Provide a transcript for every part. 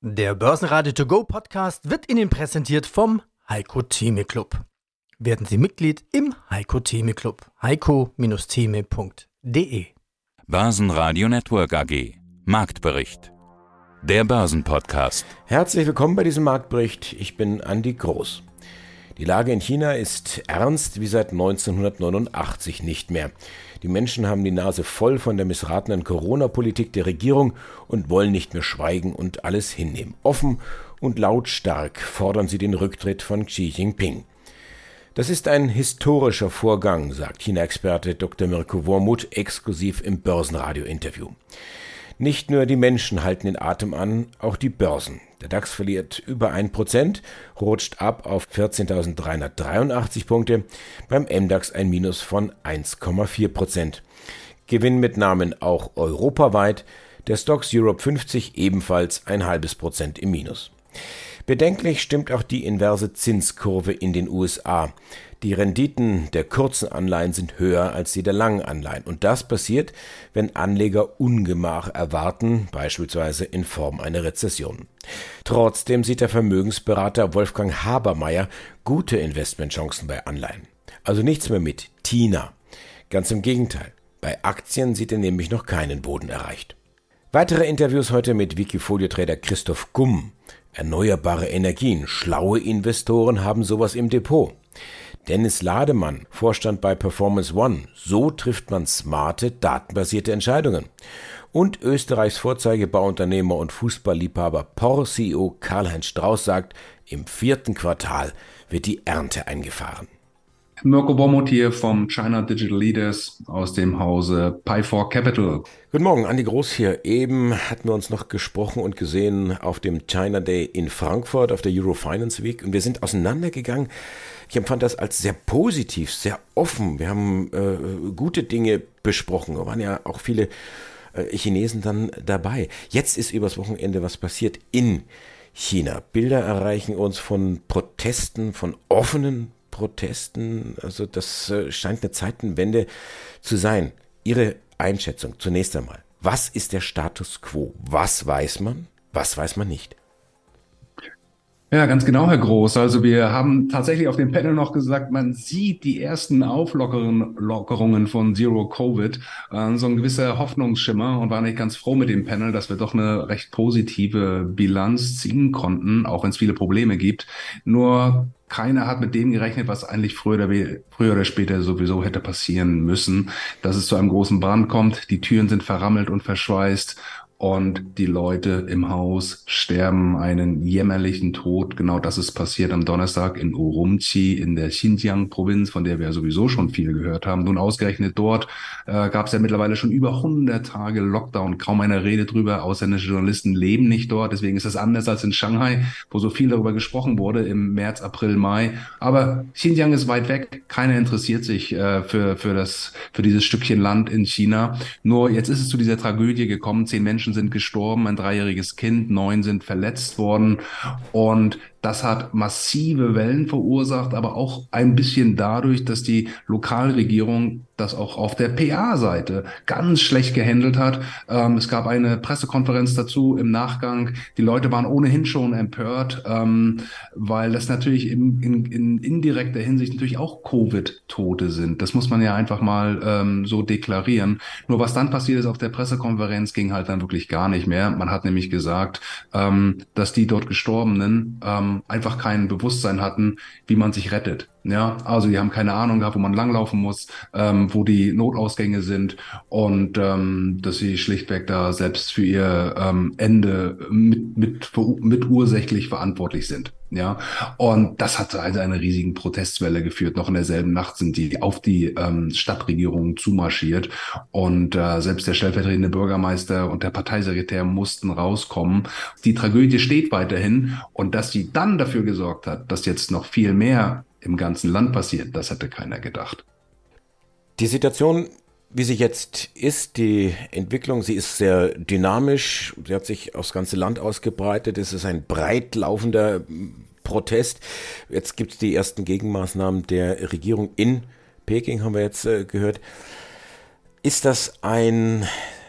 Der Börsenradio To Go Podcast wird Ihnen präsentiert vom Heiko Theme Club. Werden Sie Mitglied im Heiko Theme Club. heiko-theme.de. Börsenradio Network AG. Marktbericht. Der Börsenpodcast. Herzlich willkommen bei diesem Marktbericht. Ich bin Andi Groß. Die Lage in China ist ernst wie seit 1989 nicht mehr. Die Menschen haben die Nase voll von der missratenen Corona-Politik der Regierung und wollen nicht mehr schweigen und alles hinnehmen. Offen und lautstark fordern sie den Rücktritt von Xi Jinping. Das ist ein historischer Vorgang, sagt China-Experte Dr. Mirko Wormuth exklusiv im Börsenradio-Interview. Nicht nur die Menschen halten den Atem an, auch die Börsen. Der DAX verliert über 1%, rutscht ab auf 14.383 Punkte, beim MDAX ein Minus von 1,4%. Gewinnmitnahmen auch europaweit, der STOXX Europe 50 ebenfalls 0,5% im Minus. Bedenklich stimmt auch die inverse Zinskurve in den USA. Die Renditen der kurzen Anleihen sind höher als die der langen Anleihen. Und das passiert, wenn Anleger Ungemach erwarten, beispielsweise in Form einer Rezession. Trotzdem sieht der Vermögensberater Wolfgang Habermeyer gute Investmentchancen bei Anleihen. Also nichts mehr mit Tina. Ganz im Gegenteil. Bei Aktien sieht er nämlich noch keinen Boden erreicht. Weitere Interviews heute mit Wikifolio-Trader Christoph Gumm. Erneuerbare Energien. Schlaue Investoren haben sowas im Depot. Dennis Lademann, Vorstand bei Performance One. So trifft man smarte, datenbasierte Entscheidungen. Und Österreichs Vorzeigebauunternehmer und Fußballliebhaber POR-CEO Karl-Heinz Strauß sagt, im 4. Quartal wird die Ernte eingefahren. Mirko Wormuth hier vom China Digital Leaders aus dem Hause Pi4 Capital. Guten Morgen, Andi Groß hier. Eben hatten wir uns noch gesprochen und gesehen auf dem China Day in Frankfurt, auf der Eurofinance Week. Und wir sind auseinandergegangen. Ich empfand das als sehr positiv, sehr offen. Wir haben gute Dinge besprochen. Da waren ja auch viele Chinesen dann dabei. Jetzt ist übers Wochenende was passiert in China. Bilder erreichen uns von Protesten, von offenen Protesten. Also das scheint eine Zeitenwende zu sein. Ihre Einschätzung zunächst einmal. Was ist der Status quo? Was weiß man nicht? Ja, ganz genau, Herr Groß. Also wir haben tatsächlich auf dem Panel noch gesagt, man sieht die ersten Auflockerungen von Zero Covid, so ein gewisser Hoffnungsschimmer, und war nicht ganz froh mit dem Panel, dass wir doch eine recht positive Bilanz ziehen konnten, auch wenn es viele Probleme gibt. Nur keiner hat mit dem gerechnet, was eigentlich früher oder später sowieso hätte passieren müssen, dass es zu einem großen Brand kommt. Die Türen sind verrammelt und verschweißt. Und die Leute im Haus sterben einen jämmerlichen Tod. Genau das ist passiert am Donnerstag in Urumqi in der Xinjiang-Provinz, von der wir ja sowieso schon viel gehört haben. Nun ausgerechnet dort gab es ja mittlerweile schon über 100 Tage Lockdown. Kaum einer redet drüber. Ausländische Journalisten leben nicht dort. Deswegen ist das anders als in Shanghai, wo so viel darüber gesprochen wurde im März, April, Mai. Aber Xinjiang ist weit weg. Keiner interessiert sich für dieses Stückchen Land in China. Nur jetzt ist es zu dieser Tragödie gekommen. 10 Menschen sind gestorben, ein 3-jähriges Kind, 9 sind verletzt worden, und das hat massive Wellen verursacht, aber auch ein bisschen dadurch, dass die Lokalregierung das auch auf der PA-Seite ganz schlecht gehandelt hat. Es gab eine Pressekonferenz dazu im Nachgang. Die Leute waren ohnehin schon empört, weil das natürlich in indirekter Hinsicht natürlich auch Covid-Tote sind. Das muss man ja einfach mal so deklarieren. Nur was dann passiert ist auf der Pressekonferenz, ging halt dann wirklich gar nicht mehr. Man hat nämlich gesagt, dass die dort Gestorbenen einfach kein Bewusstsein hatten, wie man sich rettet. Ja, also die haben keine Ahnung gehabt, wo man langlaufen muss, wo die Notausgänge sind, und dass sie schlichtweg da selbst für ihr Ende mit ursächlich verantwortlich sind. Ja, und das hat also eine riesigen Protestwelle geführt. Noch in derselben Nacht sind die auf die Stadtregierung zumarschiert, und selbst der stellvertretende Bürgermeister und der Parteisekretär mussten rauskommen. Die Tragödie steht weiterhin, und dass sie dann dafür gesorgt hat, dass jetzt noch viel mehr im ganzen Land passiert, das hätte keiner gedacht. Die Situation, wie sie jetzt ist, die Entwicklung, sie ist sehr dynamisch, sie hat sich aufs ganze Land ausgebreitet, es ist ein breit laufender Protest. Jetzt gibt es die ersten Gegenmaßnahmen der Regierung in Peking, haben wir jetzt gehört. Ist das ein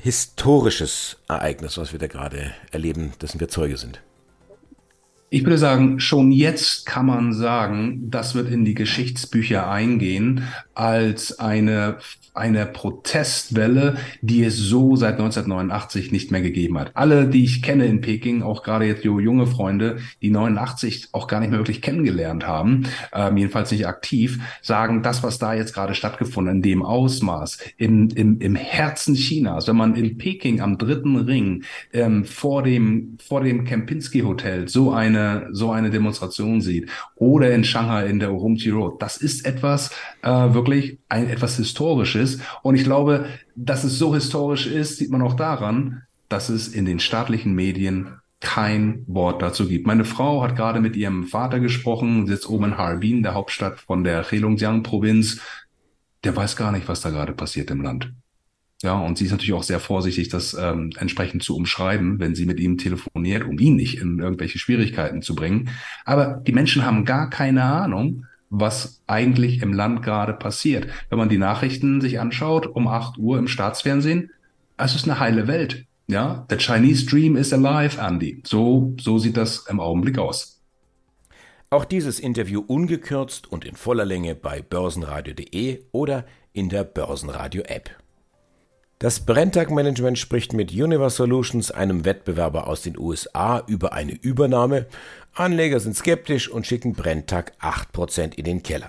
historisches Ereignis, was wir da gerade erleben, dessen wir Zeuge sind? Ich würde sagen, schon jetzt kann man sagen, das wird in die Geschichtsbücher eingehen als eine Protestwelle, die es so seit 1989 nicht mehr gegeben hat. Alle, die ich kenne in Peking, auch gerade jetzt junge Freunde, die 89 auch gar nicht mehr wirklich kennengelernt haben, jedenfalls nicht aktiv, sagen, das, was da jetzt gerade stattgefunden in dem Ausmaß, im Herzen Chinas, wenn man in Peking am dritten Ring vor dem Kempinski-Hotel so eine Demonstration sieht oder in Shanghai in der Urumqi Road, das ist etwas wirklich etwas Historisches. Und ich glaube, dass es so historisch ist, sieht man auch daran, dass es in den staatlichen Medien kein Wort dazu gibt. Meine Frau hat gerade mit ihrem Vater gesprochen, sitzt oben in Harbin, der Hauptstadt von der Heilongjiang-Provinz. Der weiß gar nicht, was da gerade passiert im Land. Ja, und sie ist natürlich auch sehr vorsichtig, das entsprechend zu umschreiben, wenn sie mit ihm telefoniert, um ihn nicht in irgendwelche Schwierigkeiten zu bringen. Aber die Menschen haben gar keine Ahnung, was eigentlich im Land gerade passiert. Wenn man die Nachrichten sich anschaut, um 8 Uhr im Staatsfernsehen, es ist eine heile Welt. Ja, the Chinese dream is alive, Andy. So sieht das im Augenblick aus. Auch dieses Interview ungekürzt und in voller Länge bei börsenradio.de oder in der Börsenradio-App. Das Brenntag-Management spricht mit Universe Solutions, einem Wettbewerber aus den USA, über eine Übernahme. Anleger sind skeptisch und schicken Brenntag 8% in den Keller.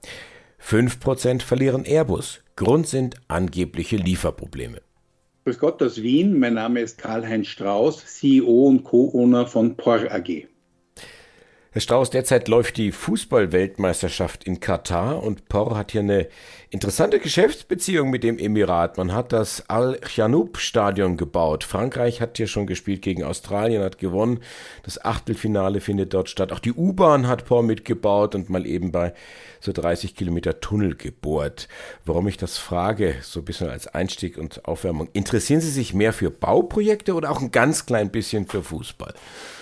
5% verlieren Airbus. Grund sind angebliche Lieferprobleme. Grüß Gott aus Wien, mein Name ist Karl-Heinz Strauß, CEO und Co-Owner von POR AG. Herr Strauß, derzeit läuft die Fußball-Weltmeisterschaft in Katar und POR hat hier eine interessante Geschäftsbeziehung mit dem Emirat. Man hat das Al-Janoub-Stadion gebaut. Frankreich hat hier schon gespielt gegen Australien, hat gewonnen. Das Achtelfinale findet dort statt. Auch die U-Bahn hat POR mitgebaut und mal eben bei so 30 Kilometer Tunnel gebohrt. Warum ich das frage, so ein bisschen als Einstieg und Aufwärmung. Interessieren Sie sich mehr für Bauprojekte oder auch ein ganz klein bisschen für Fußball?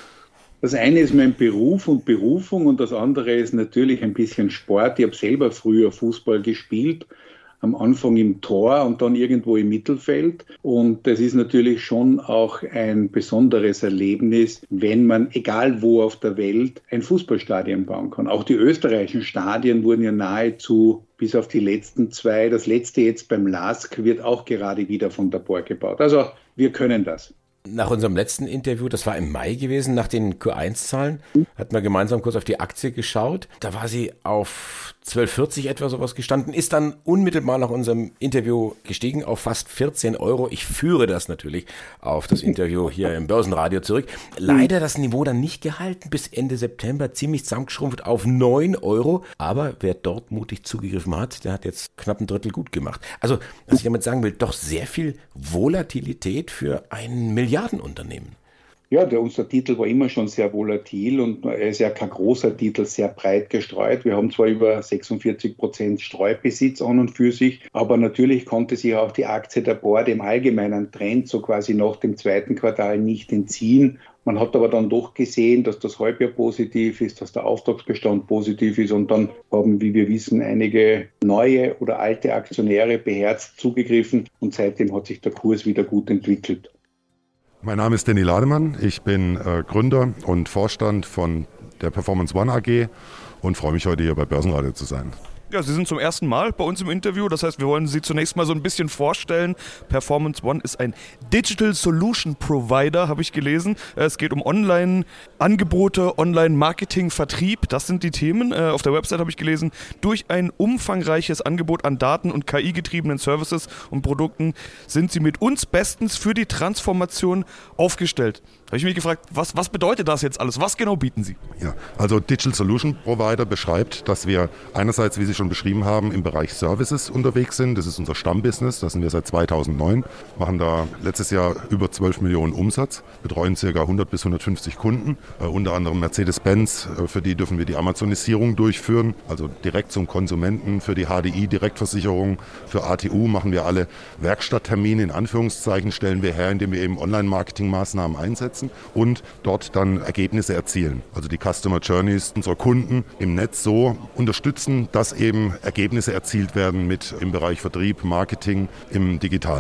Das eine ist mein Beruf und Berufung und das andere ist natürlich ein bisschen Sport. Ich habe selber früher Fußball gespielt, am Anfang im Tor und dann irgendwo im Mittelfeld. Und das ist natürlich schon auch ein besonderes Erlebnis, wenn man, egal wo auf der Welt, ein Fußballstadion bauen kann. Auch die österreichischen Stadien wurden ja nahezu bis auf die letzten 2. Das letzte jetzt beim LASK wird auch gerade wieder von der POR gebaut. Also wir können das. Nach unserem letzten Interview, das war im Mai gewesen, nach den Q1-Zahlen, hatten wir gemeinsam kurz auf die Aktie geschaut. Da war sie auf 12,40 etwa sowas gestanden, ist dann unmittelbar nach unserem Interview gestiegen auf fast 14 Euro. Ich führe das natürlich auf das Interview hier im Börsenradio zurück. Leider das Niveau dann nicht gehalten, bis Ende September ziemlich zusammengeschrumpft auf 9 Euro. Aber wer dort mutig zugegriffen hat, der hat jetzt knapp ein Drittel gut gemacht. Also, was ich damit sagen will, doch sehr viel Volatilität für ein Milliardenunternehmen. Ja, unser Titel war immer schon sehr volatil und er ist ja kein großer Titel, sehr breit gestreut. Wir haben zwar über 46% Streubesitz an und für sich, aber natürlich konnte sich auch die Aktie der POR dem allgemeinen Trend so quasi nach dem 2. Quartal nicht entziehen. Man hat aber dann doch gesehen, dass das Halbjahr positiv ist, dass der Auftragsbestand positiv ist und dann haben, wie wir wissen, einige neue oder alte Aktionäre beherzt zugegriffen und seitdem hat sich der Kurs wieder gut entwickelt. Mein Name ist Danny Lademann, ich bin Gründer und Vorstand von der Performance One AG und freue mich heute hier bei Börsenradio zu sein. Ja, Sie sind zum ersten Mal bei uns im Interview, das heißt, wir wollen Sie zunächst mal so ein bisschen vorstellen. Performance One ist ein Digital Solution Provider, habe ich gelesen. Es geht um Online-Angebote, Online-Marketing, Vertrieb, das sind die Themen. Auf der Website habe ich gelesen, durch ein umfangreiches Angebot an Daten- und KI-getriebenen Services und Produkten sind Sie mit uns bestens für die Transformation aufgestellt. Da habe ich mich gefragt, was bedeutet das jetzt alles? Was genau bieten Sie? Ja, also Digital Solution Provider beschreibt, dass wir einerseits, wie Sie schon beschrieben haben, im Bereich Services unterwegs sind. Das ist unser Stammbusiness, das sind wir seit 2009, machen da letztes Jahr über 12 Millionen Umsatz, betreuen ca. 100 bis 150 Kunden, unter anderem Mercedes-Benz, für die dürfen wir die Amazonisierung durchführen, also direkt zum Konsumenten, für die HDI Direktversicherung, für ATU machen wir alle Werkstatttermine, in Anführungszeichen, stellen wir her, indem wir eben Online-Marketing-Maßnahmen einsetzen und dort dann Ergebnisse erzielen. Also die Customer Journeys unserer Kunden im Netz so unterstützen, dass eben Ergebnisse erzielt werden im Bereich Vertrieb, Marketing, im Digitalen.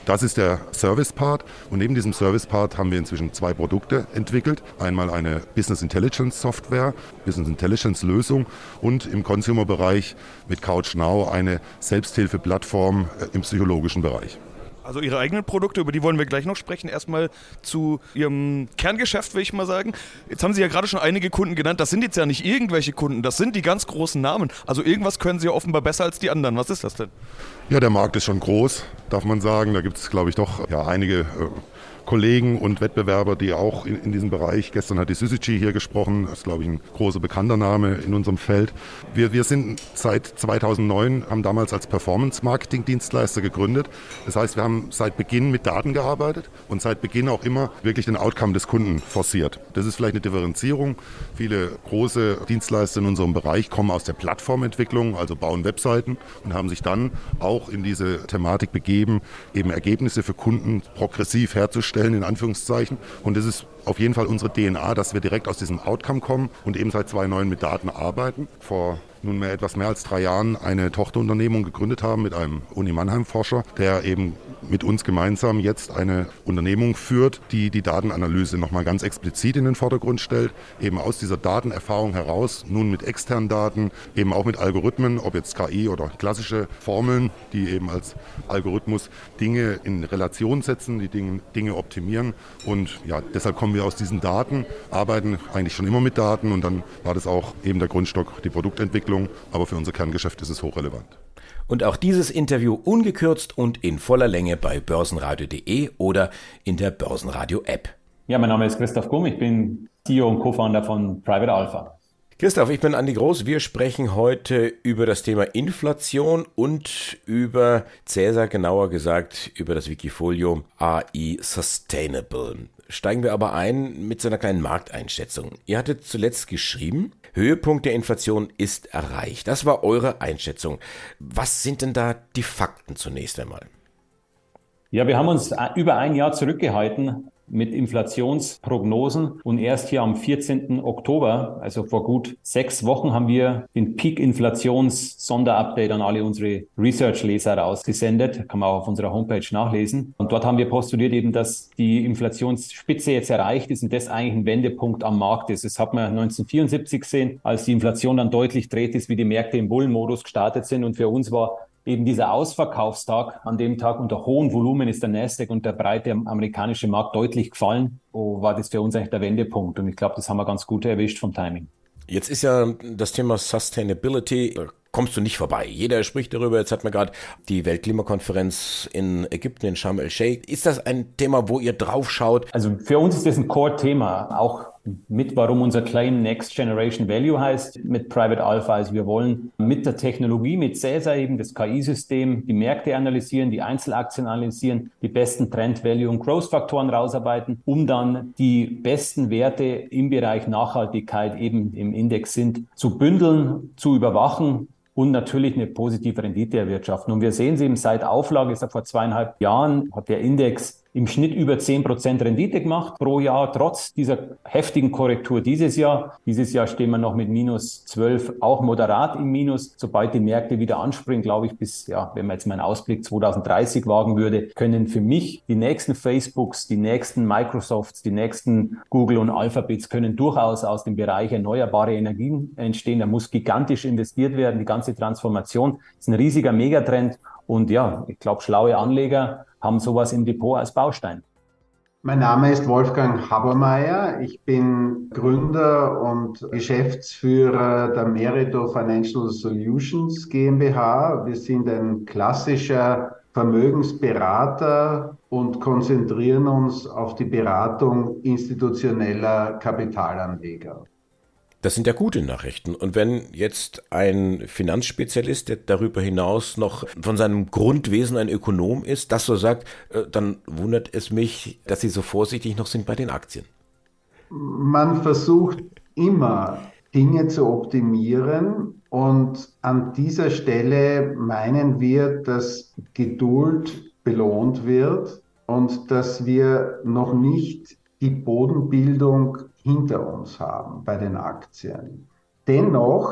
Das ist der Service-Part und neben diesem Service-Part haben wir inzwischen 2 Produkte entwickelt. Einmal eine Business Intelligence Software, Business Intelligence Lösung und im Consumer-Bereich mit CouchNow eine Selbsthilfe-Plattform im psychologischen Bereich. Also Ihre eigenen Produkte, über die wollen wir gleich noch sprechen. Erstmal zu Ihrem Kerngeschäft, will ich mal sagen. Jetzt haben Sie ja gerade schon einige Kunden genannt. Das sind jetzt ja nicht irgendwelche Kunden, das sind die ganz großen Namen. Also irgendwas können Sie ja offenbar besser als die anderen. Was ist das denn? Ja, der Markt ist schon groß, darf man sagen. Da gibt es, glaube ich, doch einige Kollegen und Wettbewerber, die auch in diesem Bereich, gestern hat die Syzygy hier gesprochen, das ist, glaube ich, ein großer bekannter Name in unserem Feld. Wir sind seit 2009, haben damals als Performance-Marketing-Dienstleister gegründet. Das heißt, wir haben seit Beginn mit Daten gearbeitet und seit Beginn auch immer wirklich den Outcome des Kunden forciert. Das ist vielleicht eine Differenzierung. Viele große Dienstleister in unserem Bereich kommen aus der Plattformentwicklung, also bauen Webseiten und haben sich dann auch in diese Thematik begeben, eben Ergebnisse für Kunden progressiv herzustellen, in Anführungszeichen. Und es ist auf jeden Fall unsere DNA, dass wir direkt aus diesem Outcome kommen und eben seit 2009 mit Daten arbeiten. Vor nunmehr etwas mehr als 3 Jahren eine Tochterunternehmung gegründet haben mit einem Uni-Mannheim-Forscher, der eben mit uns gemeinsam jetzt eine Unternehmung führt, die die Datenanalyse nochmal ganz explizit in den Vordergrund stellt, eben aus dieser Datenerfahrung heraus, nun mit externen Daten, eben auch mit Algorithmen, ob jetzt KI oder klassische Formeln, die eben als Algorithmus Dinge in Relation setzen, die Dinge optimieren und ja, deshalb kommen wir aus diesen Daten, arbeiten eigentlich schon immer mit Daten und dann war das auch eben der Grundstock, die Produktentwicklung, aber für unser Kerngeschäft ist es hochrelevant. Und auch dieses Interview ungekürzt und in voller Länge bei börsenradio.de oder in der Börsenradio-App. Ja, mein Name ist Christoph Gumm, ich bin CEO und Co-Founder von Private Alpha. Christoph, ich bin Andi Groß. Wir sprechen heute über das Thema Inflation und über Cäsar, genauer gesagt über das Wikifolio AI Sustainable. Steigen wir aber ein mit so einer kleinen Markteinschätzung. Ihr hattet zuletzt geschrieben, Höhepunkt der Inflation ist erreicht. Das war eure Einschätzung. Was sind denn da die Fakten zunächst einmal? Ja, wir haben uns über ein Jahr zurückgehalten mit Inflationsprognosen und erst hier am 14. Oktober, also vor gut 6 Wochen, haben wir den Peak-Inflations-Sonderupdate an alle unsere Research-Leser rausgesendet. Kann man auch auf unserer Homepage nachlesen. Und dort haben wir postuliert eben, dass die Inflationsspitze jetzt erreicht ist und das eigentlich ein Wendepunkt am Markt ist. Das hat man 1974 gesehen, als die Inflation dann deutlich dreht ist, wie die Märkte im Bullenmodus gestartet sind. Und für uns war eben dieser Ausverkaufstag, an dem Tag unter hohem Volumen ist der Nasdaq und der breite amerikanische Markt deutlich gefallen, war das für uns eigentlich der Wendepunkt. Und ich glaube, das haben wir ganz gut erwischt vom Timing. Jetzt ist ja das Thema Sustainability, da kommst du nicht vorbei. Jeder spricht darüber. Jetzt hat man gerade die Weltklimakonferenz in Ägypten, in Sharm el-Sheikh. Ist das ein Thema, wo ihr drauf schaut? Also für uns ist das ein Core-Thema, auch mit, warum unser Claim Next Generation Value heißt, mit Private Alpha. Also wir wollen mit der Technologie, mit Cäsar eben, das KI-System, die Märkte analysieren, die Einzelaktien analysieren, die besten Trend, Value und Growth-Faktoren rausarbeiten, um dann die besten Werte im Bereich Nachhaltigkeit eben im Index sind, zu bündeln, zu überwachen und natürlich eine positive Rendite erwirtschaften. Und wir sehen es eben seit Auflage, ist ja vor 2,5 Jahren, hat der Index im Schnitt über 10% Rendite gemacht pro Jahr, trotz dieser heftigen Korrektur dieses Jahr. Dieses Jahr stehen wir noch mit minus 12, auch moderat im Minus. Sobald die Märkte wieder anspringen, glaube ich, bis, ja, wenn man jetzt mal einen Ausblick 2030 wagen würde, können für mich die nächsten Facebooks, die nächsten Microsofts, die nächsten Google und Alphabets können durchaus aus dem Bereich erneuerbare Energien entstehen. Da muss gigantisch investiert werden. Die ganze Transformation ist ein riesiger Megatrend. Und ja, ich glaube, schlaue Anleger haben sowas im Depot als Baustein. Mein Name ist Wolfgang Habermeier. Ich bin Gründer und Geschäftsführer der Merito Financial Solutions GmbH. Wir sind ein klassischer Vermögensberater und konzentrieren uns auf die Beratung institutioneller Kapitalanleger. Das sind ja gute Nachrichten. Und wenn jetzt ein Finanzspezialist, der darüber hinaus noch von seinem Grundwesen ein Ökonom ist, das so sagt, dann wundert es mich, dass Sie so vorsichtig noch sind bei den Aktien. Man versucht immer, Dinge zu optimieren. Und an dieser Stelle meinen wir, dass Geduld belohnt wird und dass wir noch nicht die Bodenbildung hinter uns haben bei den Aktien. Dennoch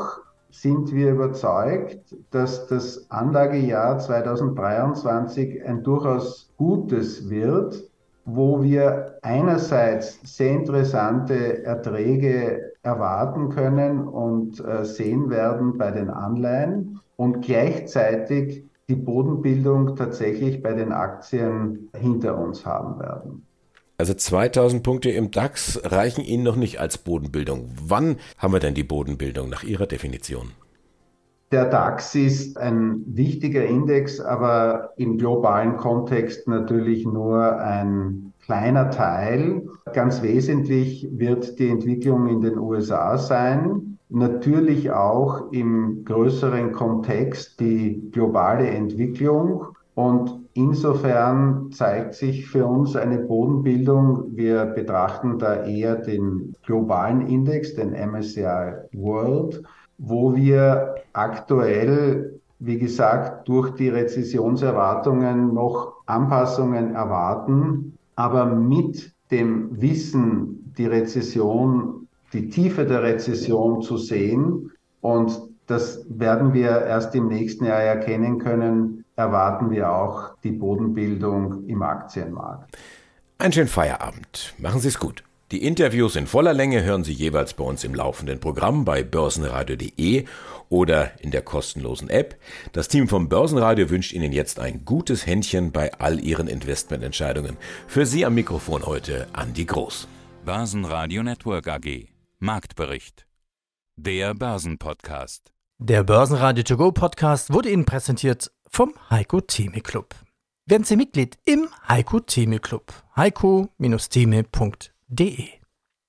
sind wir überzeugt, dass das Anlagejahr 2023 ein durchaus gutes wird, wo wir einerseits sehr interessante Erträge erwarten können und sehen werden bei den Anleihen und gleichzeitig die Bodenbildung tatsächlich bei den Aktien hinter uns haben werden. Also 2000 Punkte im DAX reichen Ihnen noch nicht als Bodenbildung. Wann haben wir denn die Bodenbildung nach Ihrer Definition? Der DAX ist ein wichtiger Index, aber im globalen Kontext natürlich nur ein kleiner Teil. Ganz wesentlich wird die Entwicklung in den USA sein. Natürlich auch im größeren Kontext die globale Entwicklung. Und insofern zeigt sich für uns eine Bodenbildung. Wir betrachten da eher den globalen Index, den MSCI World, wo wir aktuell, wie gesagt, durch die Rezessionserwartungen noch Anpassungen erwarten, aber mit dem Wissen, die Tiefe der Rezession zu sehen, und das werden wir erst im nächsten Jahr erkennen können, erwarten wir auch die Bodenbildung im Aktienmarkt. Einen schönen Feierabend. Machen Sie es gut. Die Interviews in voller Länge hören Sie jeweils bei uns im laufenden Programm bei börsenradio.de oder in der kostenlosen App. Das Team vom Börsenradio wünscht Ihnen jetzt ein gutes Händchen bei all Ihren Investmententscheidungen. Für Sie am Mikrofon heute Andi Groß. Börsenradio Network AG. Marktbericht. Der Börsenpodcast. Der Börsenradio To Go Podcast wurde Ihnen präsentiert vom Heiko Theme Club. Werden Sie Mitglied im Heiko Theme Club. heiko-theme.de